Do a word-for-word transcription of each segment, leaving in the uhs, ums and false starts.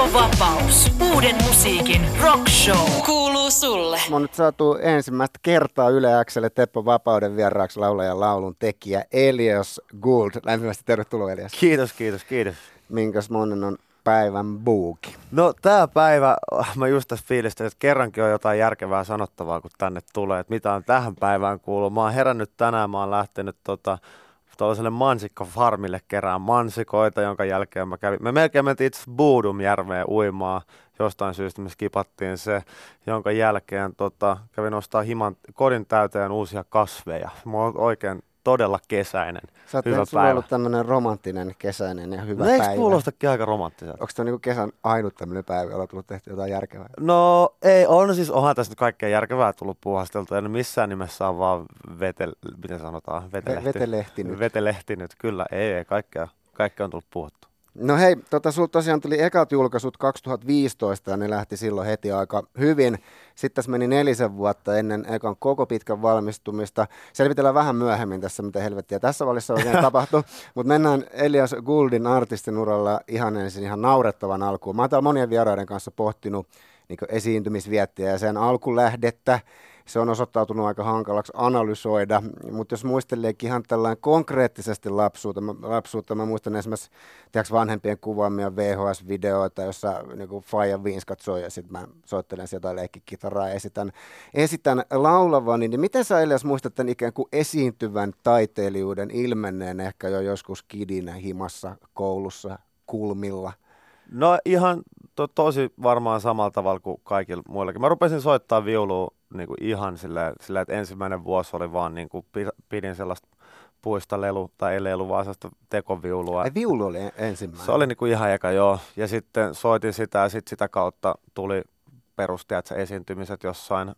Vapaus. Uuden musiikin rock show. Kuuluu sulle. Mä oon nyt saatu ensimmäistä kertaa Yle X:lle Teppo Vapauden vieraaksi laulajan laulun tekijä Elias Gould. Lämpimästi tervetuloa, Elias. Kiitos, kiitos, kiitos. Minkäs monen on päivän buuki? No tää päivä, mä just tässä fiilistelin, että kerrankin on jotain järkevää sanottavaa, kun tänne tulee, että mitä on tähän päivään kuullut. Mä oon herännyt tänään, mä oon lähtenyt tota, tuollaiselle mansikkafarmille kerään mansikoita, jonka jälkeen mä kävin. Me melkein mentiin itse Boodumjärveen uimaan, jostain syystä me skipattiin se, jonka jälkeen tota, kävin ostaa himan kodin täyteen uusia kasveja. Mä oon oikein todella kesäinen. Sä oot hyvä sulla päivä. ollut tämmönen romanttinen kesäinen ja hyvä No eikö päivä. kuulostakin aika romanttiselta? Onko tämä niinku kesän ainut tämmöinen päivä, jolla on tullut tehty jotain järkevää? No ei, on siis, onhan tässä nyt kaikkea järkevää tullut puuhasteltua. En missään nimessä ole vaan vetel, miten sanotaan, vetelehti. Vetelehtinyt. Vetelehtinyt, kyllä. Ei, ei, kaikkea, kaikkea on tullut puhuttu. No hei, tota, sulta tosiaan tuli ekat julkaisut kaksituhattaviisitoista ja ne lähti silloin heti aika hyvin. Sitten tässä meni nelisen vuotta ennen ekan koko pitkän valmistumista. Selvitellään vähän myöhemmin tässä, mitä helvettiä tässä välissä oikein tapahtui. Mutta mennään Elias Gouldin artistin uralla ihan ensin ihan naurettavan alkuun. Mä oon täällä monien vieraiden kanssa pohtinut niin esiintymisviettiä ja sen alkulähdettä. Se on osoittautunut aika hankalaksi analysoida, mutta jos muisteleekin ihan tällainen konkreettisesti lapsuutta, mä, lapsuutta, mä muistan esimerkiksi tiiäks, vanhempien kuvaamia V H S-videoita, jossa niin Faija Viinskat soi ja sitten mä soittelen sieltä jotain leikkikitaraa ja esitän, esitän laulavani. Niin miten sä, Elias, muistat tämän ikään kuin esiintyvän taiteilijuuden ilmenneen ehkä jo joskus kidinä himassa, koulussa, kulmilla? No ihan to, tosi varmaan samalla tavalla kuin kaikilla muillakin. Mä rupesin soittaa viulua niin kuin ihan silleen, silleen, että ensimmäinen vuosi oli vaan niin kuin pidin sellaista puista lelu, tai ei lelu, vaan sellaista tekoviulua. Ai viulu oli ensimmäinen? Se oli niin kuin ihan eka, joo. Ja sitten soitin sitä ja sitten sitä kautta tuli perustiat esiintymiset jossain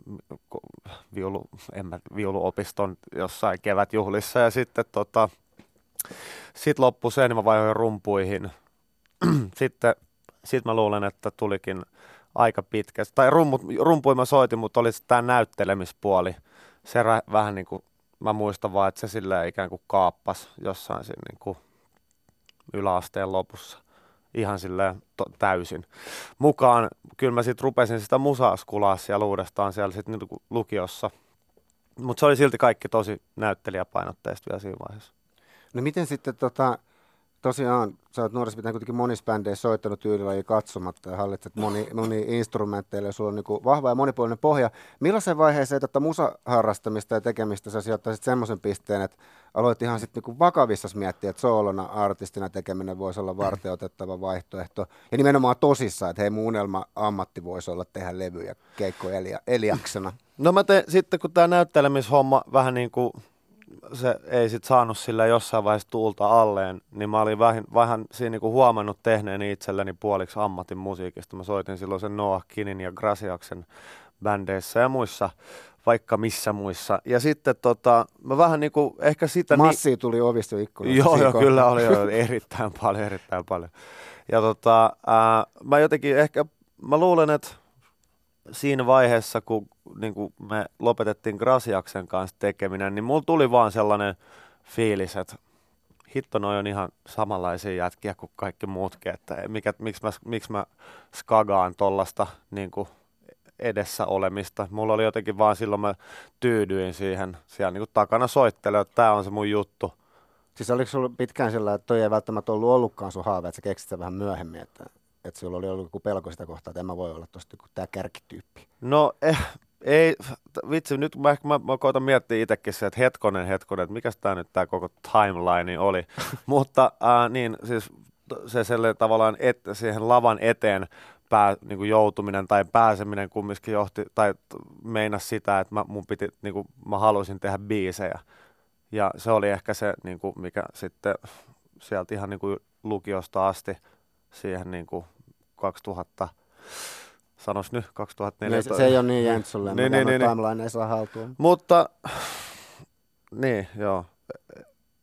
viulu, en mä, viuluopiston jossain kevätjuhlissa. Ja sitten tota, sit loppui se, niin mä vaihoin rumpuihin. Sitten sit mä luulen, että tulikin aika pitkä. Tai rumput, rumpuin mä soitin, mutta oli tämä näyttelemispuoli. Se rä, vähän niin kuin, mä muistan vaan, että se silleen ikään kuin kaappas jossain siinä niin kuin yläasteen lopussa. Ihan silleen to, täysin. Mukaan, kyllä mä sitten rupesin sitä musaa skulaa siellä uudestaan siellä sitten niin kuin lukiossa. Mutta se oli silti kaikki tosi näyttelijäpainotteista vielä siinä vaiheessa. No miten sitten tota... Tosiaan, sä oot nuorissa pitää kuitenkin monissa bändeissä soittanut tyylilajia katsomatta ja hallitset moni, moni instrumentteille ja sulla on niin vahva ja monipuolinen pohja. Millaisen vaiheeseen tätä musaharrastamista ja tekemistä sä sijoittaisit semmoisen pisteen, että aloit ihan sitten niin vakavissa miettiä, että soolona artistina tekeminen voisi olla varteenotettava vaihtoehto. Ja nimenomaan tosissaan, että hei, mun unelma ammatti voisi olla tehdä levyjä keikkoja Elia, Eliaksena. No mä tein sitten, kun tää näyttelemishomma vähän niin kuin se ei sit saanut sillä jossain vaiheessa tuulta alleen, niin mä olin vähän, vähän siinä niinku huomannut tehneeni itselleni puoliksi ammatin musiikista. Mä soitin silloin sen Noah Kinin ja Grasiaksen bändeissä ja muissa, vaikka missä muissa. Ja sitten tota, mä vähän niinku ehkä sitä... Massia tuli ovista ikkunasta. Joo, joo, kyllä oli jo erittäin paljon, erittäin paljon. Ja tota, ää, mä jotenkin ehkä, mä luulen, että siinä vaiheessa, kun niin kuin me lopetettiin Grasiaksen kanssa tekeminen, niin mulla tuli vaan sellainen fiilis, että hitto, noi on ihan samanlaisia jätkiä kuin kaikki muutkin, että mikä, miksi, mä, miksi mä skagaan tollasta niin kuin edessä olemista. Mulla oli jotenkin vaan silloin mä tyydyin siihen siellä niin kuin takana soittelemaan, että tää on se mun juttu. Siis oliko sulla pitkään sillä, että toi ei välttämättä ollut ollutkaan sun haave, että sä keksit sen vähän myöhemmin, että... Että sulla oli ollut joku pelko sitä kohtaa, että en mä voi olla tosta kuin tää kärkityyppi. No eh, ei, vitsi, nyt mä, mä, mä koitan miettiä itsekin se, että hetkonen, hetkonen, että mikäs tää nyt tää koko timeline oli. Mutta äh, niin, siis se selle tavallaan et, siihen lavan eteen pää, niin kuin joutuminen tai pääseminen kumminkin johti, tai meinasi sitä, että mä, mun piti, niin kuin, mä halusin tehdä biisejä. Ja se oli ehkä se, niin kuin, mikä sitten sieltä ihan niin kuin lukiosta asti siihen niin kuin kaksituhatta, sanois nyt kaksituhattaneljätoista. Se, se ei ole niin jäntsulle, niin, mitä niin, niin, timeline ei saa haltuun. Mutta, niin joo,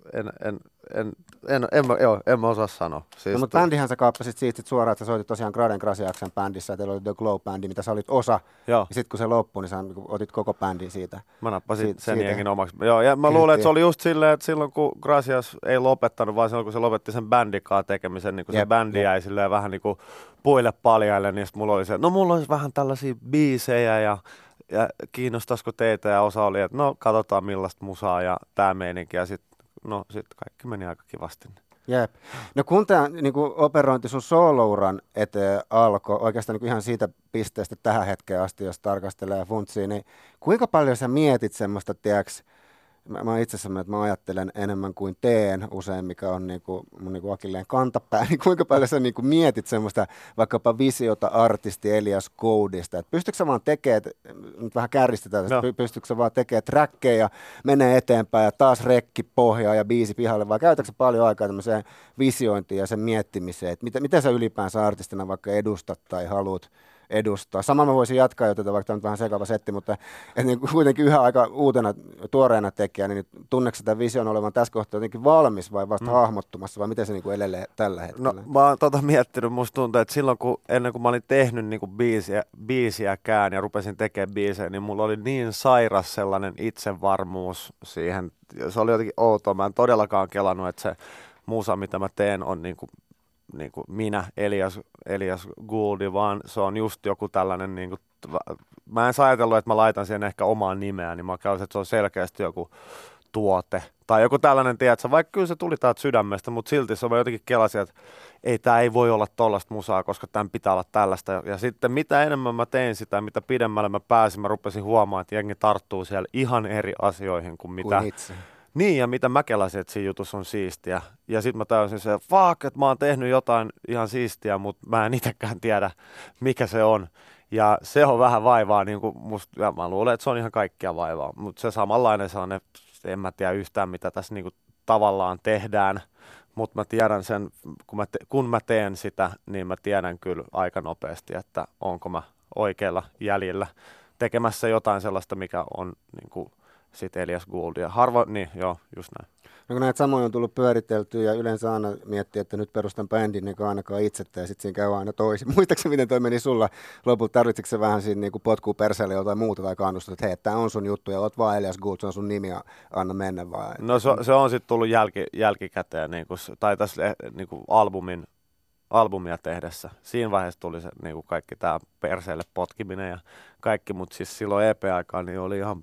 en, en, en, en, en, mä, joo, en mä osaa sanoa. Siis no, mutta bändihän sä kaappasit siitä suoraan, että sä soitit tosiaan Graden Grasiaksen bändissä, ja teillä oli The Glow-bändi, mitä sä olit osa, joo. ja sitten kun se loppui, niin sä otit koko bändin siitä. Mä nappasin siitä, sen siitä. jengin omaksi. Joo, ja mä Kyhtiin. luulen, että se oli just silleen, että silloin kun Grasias ei lopettanut, vaan silloin kun se lopetti sen bändikaan tekemisen, niin kun jep, se bändi jep. jäi silleen vähän niin kuin puille paljaille, niin sitten mulla oli se, no mulla olisi vähän tällaisia biisejä ja ja kiinnostaisiko teitä, ja osa oli, että no katsotaan millaista musaa ja tää meininki, ja sitten no sit kaikki meni aika kivasti. Jep. No kun tämä niinku, operointi sun soolouran eteen alkoi, oikeastaan niinku, ihan siitä pisteestä tähän hetkeen asti, jos tarkastelee ja funtsii, niin kuinka paljon sä mietit semmoista, tiedäks, mä, mä itse asiassa että mä ajattelen enemmän kuin teen usein, mikä on niinku, mun niinku akilleen kantapää, niin kuinka paljon sä niinku mietit semmoista vaikkapa visiota artisti Elias Goldista, että pystytkö sä vaan tekemään, nyt vähän kärristetään, no. pystytkö sä vaan tekemään trackeja ja menee eteenpäin ja taas rekki pohjaa ja biisi pihalle, vai käytätkö sä paljon aikaa tämmöiseen visiointiin ja sen miettimiseen, että mitä, mitä sä ylipäänsä artistina vaikka edustat tai haluat edustaa. Sama mä voisin jatkaa jo tätä, vaikka tämä on vähän sekava setti, mutta et niin kuitenkin yhä aika uutena, tuoreena tekijänä, niin tunneeko tämän vision olevan tässä kohtaa jotenkin valmis vai vasta mm. hahmottumassa, vai miten se niin kuin elelee tällä hetkellä? No mä oon tota miettinyt, musta tuntuu, että silloin kun ennen kuin mä olin tehnyt niin kuin biisiä, biisiäkään ja rupesin tekemään biisejä, niin mulla oli niin sairas sellainen itsevarmuus siihen. Se oli jotenkin outoa. Mä en todellakaan kelannut, että se musa, mitä mä teen, on niin kuin niin kuin minä, Elias, Elias Gouldi, vaan se on just joku tällainen, niin kuin, mä en ajatellut, että mä laitan siihen ehkä omaan nimeään, niin mä käyn, että se on selkeästi joku tuote tai joku tällainen, tiedätkö, vaikka kyllä se tuli täältä sydämestä, mutta silti se on jotenkin kelasin, että ei, tämä ei voi olla tollaista musaa, koska tämän pitää olla tällaista. Ja sitten mitä enemmän mä tein sitä, mitä pidemmälle mä pääsin, mä rupesin huomaamaan, että jengi tarttuu siellä ihan eri asioihin kuin mitä... Kuin itse. Niin, ja mitä mä kelasin, että siinä jutussa on siistiä. Ja sitten mä tajusin se, fuck, että mä oon tehnyt jotain ihan siistiä, mutta mä en itsekään tiedä, mikä se on. Ja se on vähän vaivaa, niin kuin musta, ja mä luulen, että se on ihan kaikkia vaivaa. Mutta se samanlainen sellainen, en mä tiedä yhtään, mitä tässä niin kuin tavallaan tehdään. Mutta mä tiedän sen, kun mä, te, kun mä teen sitä, niin mä tiedän kyllä aika nopeasti, että onko mä oikealla jäljellä tekemässä jotain sellaista, mikä on niin kuin sitten Elias Gouldia. Harva, niin joo, just näin. No kun näitä samoja on tullut pyöriteltyä ja yleensä aina miettii, että nyt perustan bändin, niin ainakaan itsettä ja sitten siinä käy aina toisin. Muistaakseni miten toi meni sulla lopulta? Tarvitsitko se vähän siinä niin potkua perseelle jotain muuta tai kannustaa, että hei, tämä on sun juttu ja oot vaan Elias Gould, se on sun nimi ja anna mennä vaan. No se, se on sitten tullut jälki, jälkikäteen, niin kuin, tai tässä niin kuin albumin, albumia tehdessä. Siinä vaiheessa tuli se niin kuin kaikki tämä perseelle potkiminen ja kaikki, mutta siis silloin E P-aikaan niin oli ihan...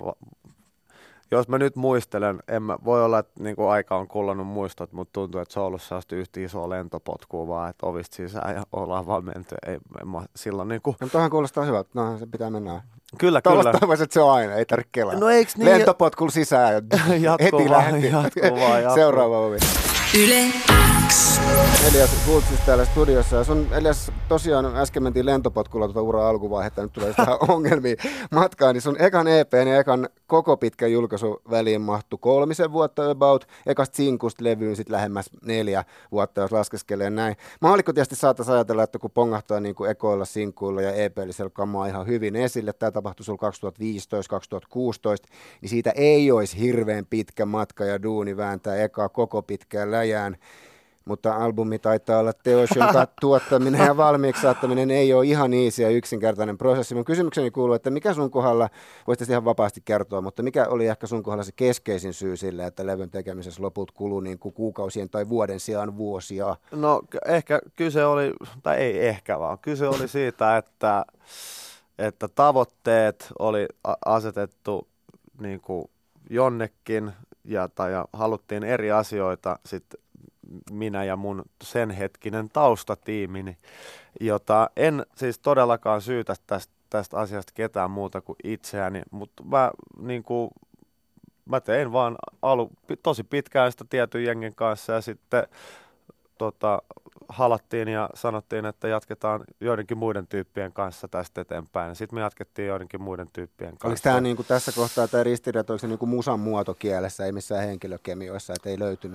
Jos mä nyt muistelen, en mä, voi olla, että niinku aika on kullannut muistot, mutta tuntuu, että se on ollut sellaista yhtä isoa lentopotkua vaan, että ovista sisään ja ollaan vaan menty. Ei, en mä, silloin niinku... No tuohan kuulostaa hyvältä, no se pitää mennä. Kyllä, Tuollaista kyllä. toivoisin, että se on aina, ei tarvitse kelaa. No eiks niin? Lentopotkulla sisään ja heti lähti. Jatkuu vaan, jatkuu. Seuraava ovi. Yle X. Elias Gould siis täällä studiossa. Ja sun, Elias, tosiaan äsken mentiin lentopotkulla tuota uraa alkuvaihetta, nyt tulee sitä ongelmia matkaan, niin sun ekan E P:n ja ekan koko pitkän julkaisun väliin mahtui kolmisen vuotta about, ekasta sinkusta levyyn sitten lähemmäs neljä vuotta, jos laskeskelee näin. Maallikko tietysti saattaisi ajatella, että kun pongahtaa niin kuin ekoilla sinkuilla ja E P:llisellä kamaa ihan hyvin esille, tämä tapahtui sulla kaksituhattaviisitoista kaksituhattakuusitoista, niin siitä ei olisi hirveän pitkä matka ja duuni vääntää ekaa koko pitkään läjään. Mutta albumi taitaa olla teos, jonka tuottaminen ja valmiiksi saattaminen ei ole ihan easy ja yksinkertainen prosessi. Mun kysymykseni kuuluu, että mikä sun kohdalla, voisit ihan vapaasti kertoa, mutta mikä oli ehkä sun kohdalla se keskeisin syy sille, että levyn tekemisessä loput kuluu niin kuin kuukausien tai vuoden sijaan vuosia? No ehkä kyse oli, tai ei ehkä vaan, kyse oli siitä, että, että tavoitteet oli asetettu niin kuin jonnekin ja, tai ja haluttiin eri asioita sitten minä ja mun sen hetkinen taustatiimini, jota en siis todellakaan syytä tästä, tästä asiasta ketään muuta kuin itseäni, mutta mä, niin kuin, mä tein vaan alu, tosi pitkään sitä tietyn jengen kanssa ja sitten tota, halattiin ja sanottiin, että jatketaan joidenkin muiden tyyppien kanssa tästä eteenpäin. Sitten me jatkettiin joidenkin muiden tyyppien kanssa. Oliko tämä niin kuin tässä kohtaa tämä ristiriita, oliko se niin kuin musan muotokielessä, ei missään henkilökemioissa, että ei löytynyt?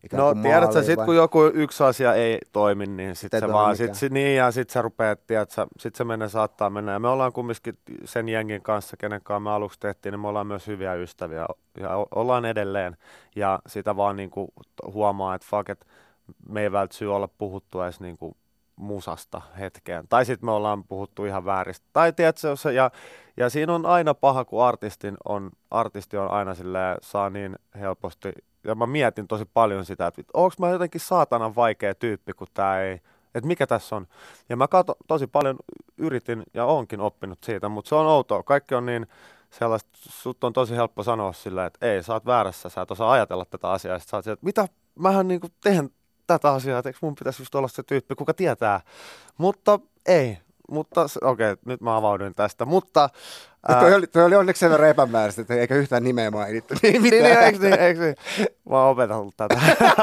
ikään No kuin tiedätkö, maaliin, sit vai? kun joku yksi asia ei toimi, niin sit Ei se toimi vaan, mikään. sit, se- niin ja sit sä rupeat, tiedätkö, sit se menee, saattaa mennä. Ja me ollaan kumminkin sen jengin kanssa, kenen kanssa me aluksi tehtiin, niin me ollaan myös hyviä ystäviä ja o- ollaan edelleen. Ja sitä vaan niinku huomaa, että fuck, et me ei vältsy olla puhuttu edes niinku musasta hetkeen. Tai sitten me ollaan puhuttu ihan vääristä. Tai tiedätkö, se, ja, ja siinä on aina paha, kun artistin on, artisti on aina silleen, saa niin helposti, ja mä mietin tosi paljon sitä, että onko mä jotenkin saatanan vaikea tyyppi, kun tää ei, että mikä tässä on. Ja mä kato, tosi paljon yritin ja oonkin oppinut siitä, mutta se on outoa. Kaikki on niin sellaista, sut on tosi helppo sanoa silleen, että ei, sä oot väärässä, sä et osaa ajatella tätä asiaa. Sitten sä oot silleen, että mitä, mähän niinku teen tätä asiaa, että eikö mun pitäisi just olla se tyyppi, kuka tietää. Mutta ei. Mutta okei, okay, nyt mä avauduin tästä, mutta... Ää... Toi, oli, toi oli onneksi sen verran epämääräistä, että eikä yhtään nimeä mainittu. Niin, niin, niin, eikö niin, eikö niin? Mä oon opetellut tätä.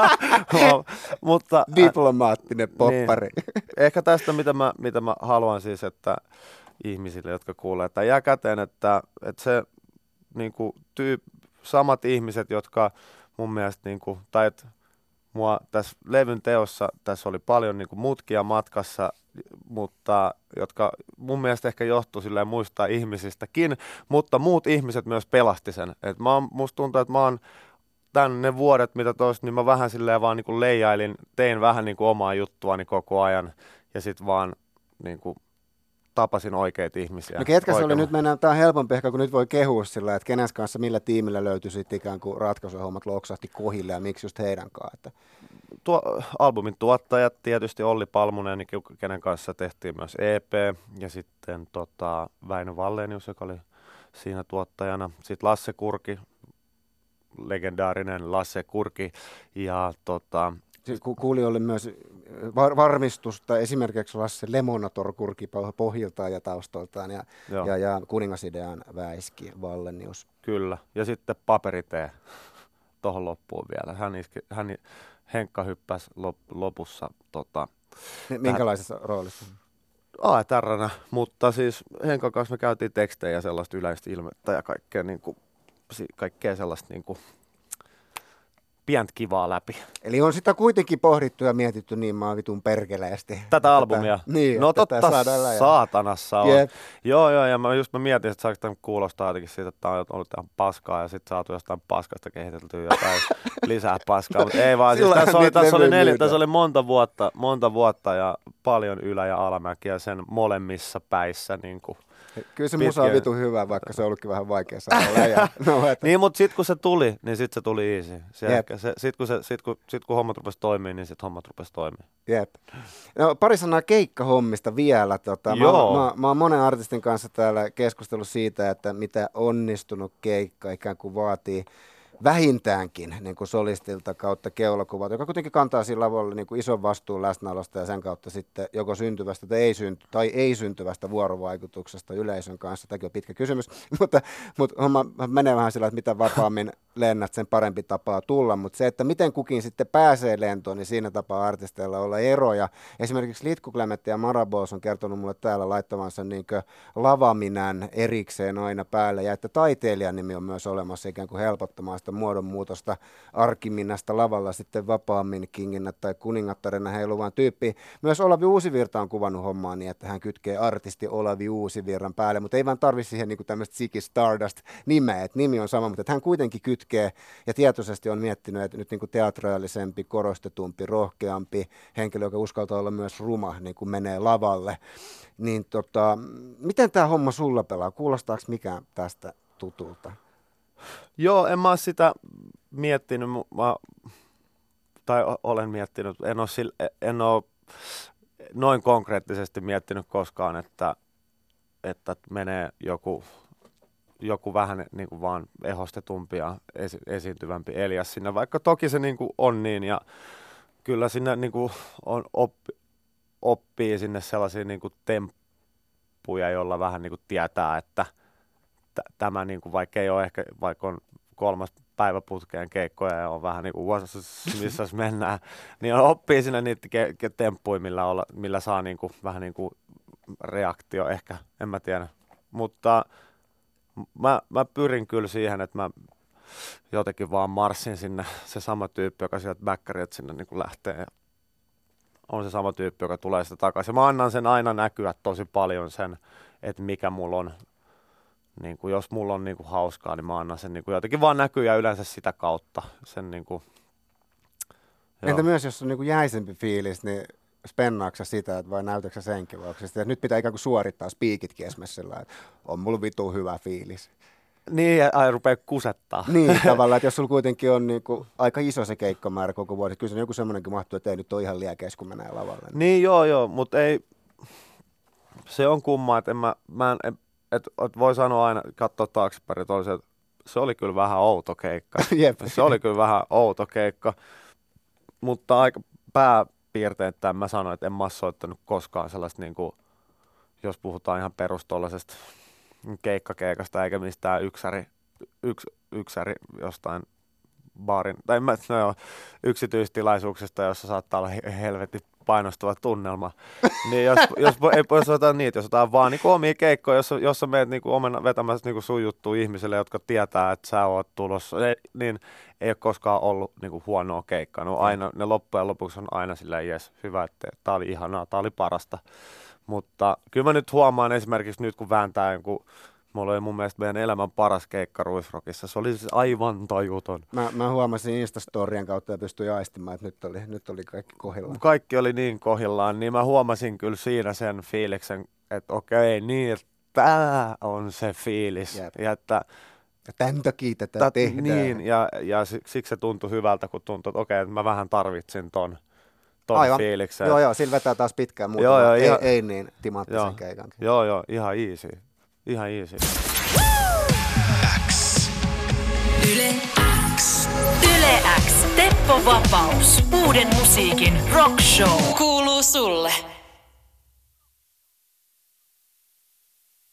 mutta, Diplomaattinen poppari. Niin. Ehkä tästä, mitä mä, mitä mä haluan siis, että ihmisille, jotka kuulee, että jää käteen, että, että se niin kuin, tyyp, samat ihmiset, jotka mun mielestä, niin kuin, tai että mua tässä levyn teossa, tässä oli paljon niin kuin mutkia matkassa, mutta jotka mun mielestä ehkä johtuu silleen muista ihmisistäkin, mutta muut ihmiset myös pelasti sen. Et mä oon, musta tuntuu, että mä oon tän ne vuodet, mitä toista, niin mä vähän silleen vaan niin kuin leijailin, tein vähän niin kuin omaa juttuani koko ajan ja sit vaan niin kuin tapasin oikeita ihmisiä. No ketkä se oli? Oikealla. Nyt mennään, tää on helpompi ehkä, kun nyt voi kehua sillä, että kenen kanssa, millä tiimillä löytyi sitten ikään kuin ratkaisuhommat loksahti kohille ja miksi just heidän kanssa? Että... Tuo, albumin tuottajat tietysti Olli Palmunen, kenen kanssa tehtiin myös E P, ja sitten tota, Väinö Wallenius, joka oli siinä tuottajana. Sitten Lasse Kurki, legendaarinen Lasse Kurki, ja tota, Ku- kuulijoille myös var- varmistusta esimerkiksi Lasse Lemonator Kurki pohjiltaan ja taustaltaan ja, ja, ja Kuningasidean Väiski Wallenius. Kyllä, ja sitten Paperitee tuohon loppuun vielä. Hän, iski, hän Henkka hyppäsi lop, lopussa. Tota, minkälaisessa tähän roolissa? A T R:nä, mutta siis Henkan kanssa me käytiin tekstejä ja sellaista yleistä ilmettä ja kaikkea, niin kuin, kaikkea sellaista niin kuin, pientä kivaa läpi. Eli on sitä kuitenkin pohdittu ja mietitty niin maan vitun perkeleesti. Tätä albumia? Tätä, niin, no totta saatanassa on. Yep. Joo, joo, ja mä just mä mietin, että saako tämän kuulostaa jotenkin siitä, että tämä on ollut ihan paskaa ja sitten saatu jostain paskasta kehiteltyä jotain lisää paskaa, mutta ei vaan. Siis tässä, oli, tässä, oli neljä, tässä oli monta vuotta, monta vuotta ja paljon ylä- ja alamäkiä sen molemmissa päissä niin kuin. Kyllä se musa on vitu hyvä, vaikka se on ollutkin vähän vaikea saada. no, että... Niin, mutta sitten kun se tuli, niin sitten se tuli easy. Sitten kun, sit, kun, sit, kun hommat rupesi toimimaan, niin sitten hommat rupesi toimimaan. Jep. No, pari sanaa keikkahommista vielä. Tota, mä, mä, mä oon monen artistin kanssa täällä keskustellut siitä, että mitä onnistunut keikka ikään kuin vaatii vähintäänkin niin kuin solistilta kautta keulakuvat, joka kuitenkin kantaa siinä lavalla niin kuin ison vastuun läsnäolosta ja sen kautta sitten joko syntyvästä tai ei, synty, tai ei syntyvästä vuorovaikutuksesta yleisön kanssa. Tämäkin on pitkä kysymys, mutta, mutta homma menee vähän sillä, että mitä vapaammin lennät, sen parempi tapaa tulla, mutta se, että miten kukin sitten pääsee lentoon, niin siinä tapaa artisteilla olla eroja. Esimerkiksi Litku Klemetti ja Marabos on kertonut mulle täällä laittavansa niin kuin lavaminän erikseen aina päälle, ja että taiteilijan nimi on myös olemassa ikään kuin helpottamaan sitä muodonmuutosta arkiminasta lavalla sitten vapaammin kinginnä tai kuningattarena heiluvaan tyyppiin. Myös Olavi Uusivirta on kuvannut hommaa niin, että hän kytkee artisti Olavi Uusivirran päälle, mutta ei vaan tarvitse siihen niin kuin tämmöistä Ziggy Stardust-nimeä, että nimi on sama, mutta että hän kuitenkin kytkee ja tietoisesti on miettinyt, että nyt niin kuin teatraalisempi, korostetumpi, rohkeampi henkilö, joka uskaltaa olla myös ruma, niin kuin menee lavalle. Niin tota, miten tämä homma sulla pelaa? Kuulostaako mikään tästä tutulta? Joo, en mä ole sitä miettinyt, mä, tai olen miettinyt, en ole, sille, en ole noin konkreettisesti miettinyt koskaan, että, että menee joku, joku vähän niin kuin vaan ehostetumpi ja esi, esiintyvämpi Elias sinne, vaikka toki se niin kuin on niin, ja kyllä sinne niin kuin on oppi, oppii sinne sellaisia niin kuin temppuja, joilla vähän niin kuin tietää, että tämä, niin kuin, vaikka ei ole ehkä, vaikka on kolmas päivä putkeen keikkoja ja on vähän niin kuin missä mennään, niin oppii sinne niitä ke- ke- temppuja, millä, olla, millä saa niin kuin, vähän niin kuin reaktio ehkä, en mä tiedä. Mutta mä, mä pyrin kyllä siihen, että mä jotenkin vaan marssin sinne se sama tyyppi, joka sieltä bäkkäriltä sinne niin kuin lähtee. Ja on se sama tyyppi, joka tulee sitä takaisin. Mä annan sen aina näkyä tosi paljon sen, että mikä mulla on. Niin kuin jos mulla on niin kuin hauskaa, niin mä annan sen niin kuin jotenkin vaan näkyä ja yleensä sitä kautta. Sen, niin kuin, entä myös, jos on niin kuin jäisempi fiilis, niin spennaatko sitä, että vai näytätkö senkin? Vai että nyt pitää ikään kuin suorittaa spiikitkin esimerkiksi sillä, että on mulla vitu hyvä fiilis. Niin, ai rupeaa kusettaa. Niin, tavallaan, että jos sulla kuitenkin on niin kuin aika iso se keikkamäärä koko vuosi, kyllä se joku semmoinenkin mahtuu, että ei nyt ole ihan liekeis, kun menee lavalle. Niin, joo, joo, mutta ei, se on kummaa, että en mä, mä en, et, et voi sanoa aina, katsoa taaksepäin, että oli se, se oli kyllä vähän outo keikka. Se oli kyllä vähän outo keikka, mutta aika pääpiirteittäin mä sanoin, että en mä ole soittanut koskaan sellaista, niin kuin, jos puhutaan ihan perustollisesta keikkakeikasta eikä mistään yksäri, yks, yksäri jostain baarin, tai mä, no joo, yksityistilaisuuksista, jossa saattaa olla helvetin painostava tunnelma. Niin jos, jos, ei, jos otetaan niitä, jos otetaan vaan niin omia keikkoja, jossa, jossa meet niin omena vetämässä niin sun juttua ihmisille, jotka tietää, että sä oot tulossa, niin ei ole koskaan ollut niin kuin huonoa keikkaa. No, aina, ne loppujen lopuksi on aina silleen, jes, hyvä, että tää oli ihanaa, tää oli parasta. Mutta kyllä mä nyt huomaan esimerkiksi nyt, kun vääntää jonkun, mulla oli mun mielestä meidän elämän paras keikka Ruisrockissa. Se oli siis aivan tajuton. Mä, mä huomasin Instastorien kautta ja pystyin aistimaan, että nyt oli, nyt oli kaikki kohillaan. Kaikki oli niin kohillaan, niin mä huomasin kyllä siinä sen fiiliksen, että okei, niin, että tää on se fiilis. Jep. Ja että tämän takia tätä tät, tehdään. Niin, ja, ja siksi se tuntui hyvältä, kun tuntui, että okei, että mä vähän tarvitsin ton. Aivan. Fiilikseen. Joo, joo, sillä vetää taas pitkään muutama, joo, joo, ei, ihan, ei niin timanttisen joo, keikankin. Joo, joo, ihan easy, ihan easy. X. Yle X. Yle X, Teppo Vapaus, uuden musiikin rock show, kuuluu sulle.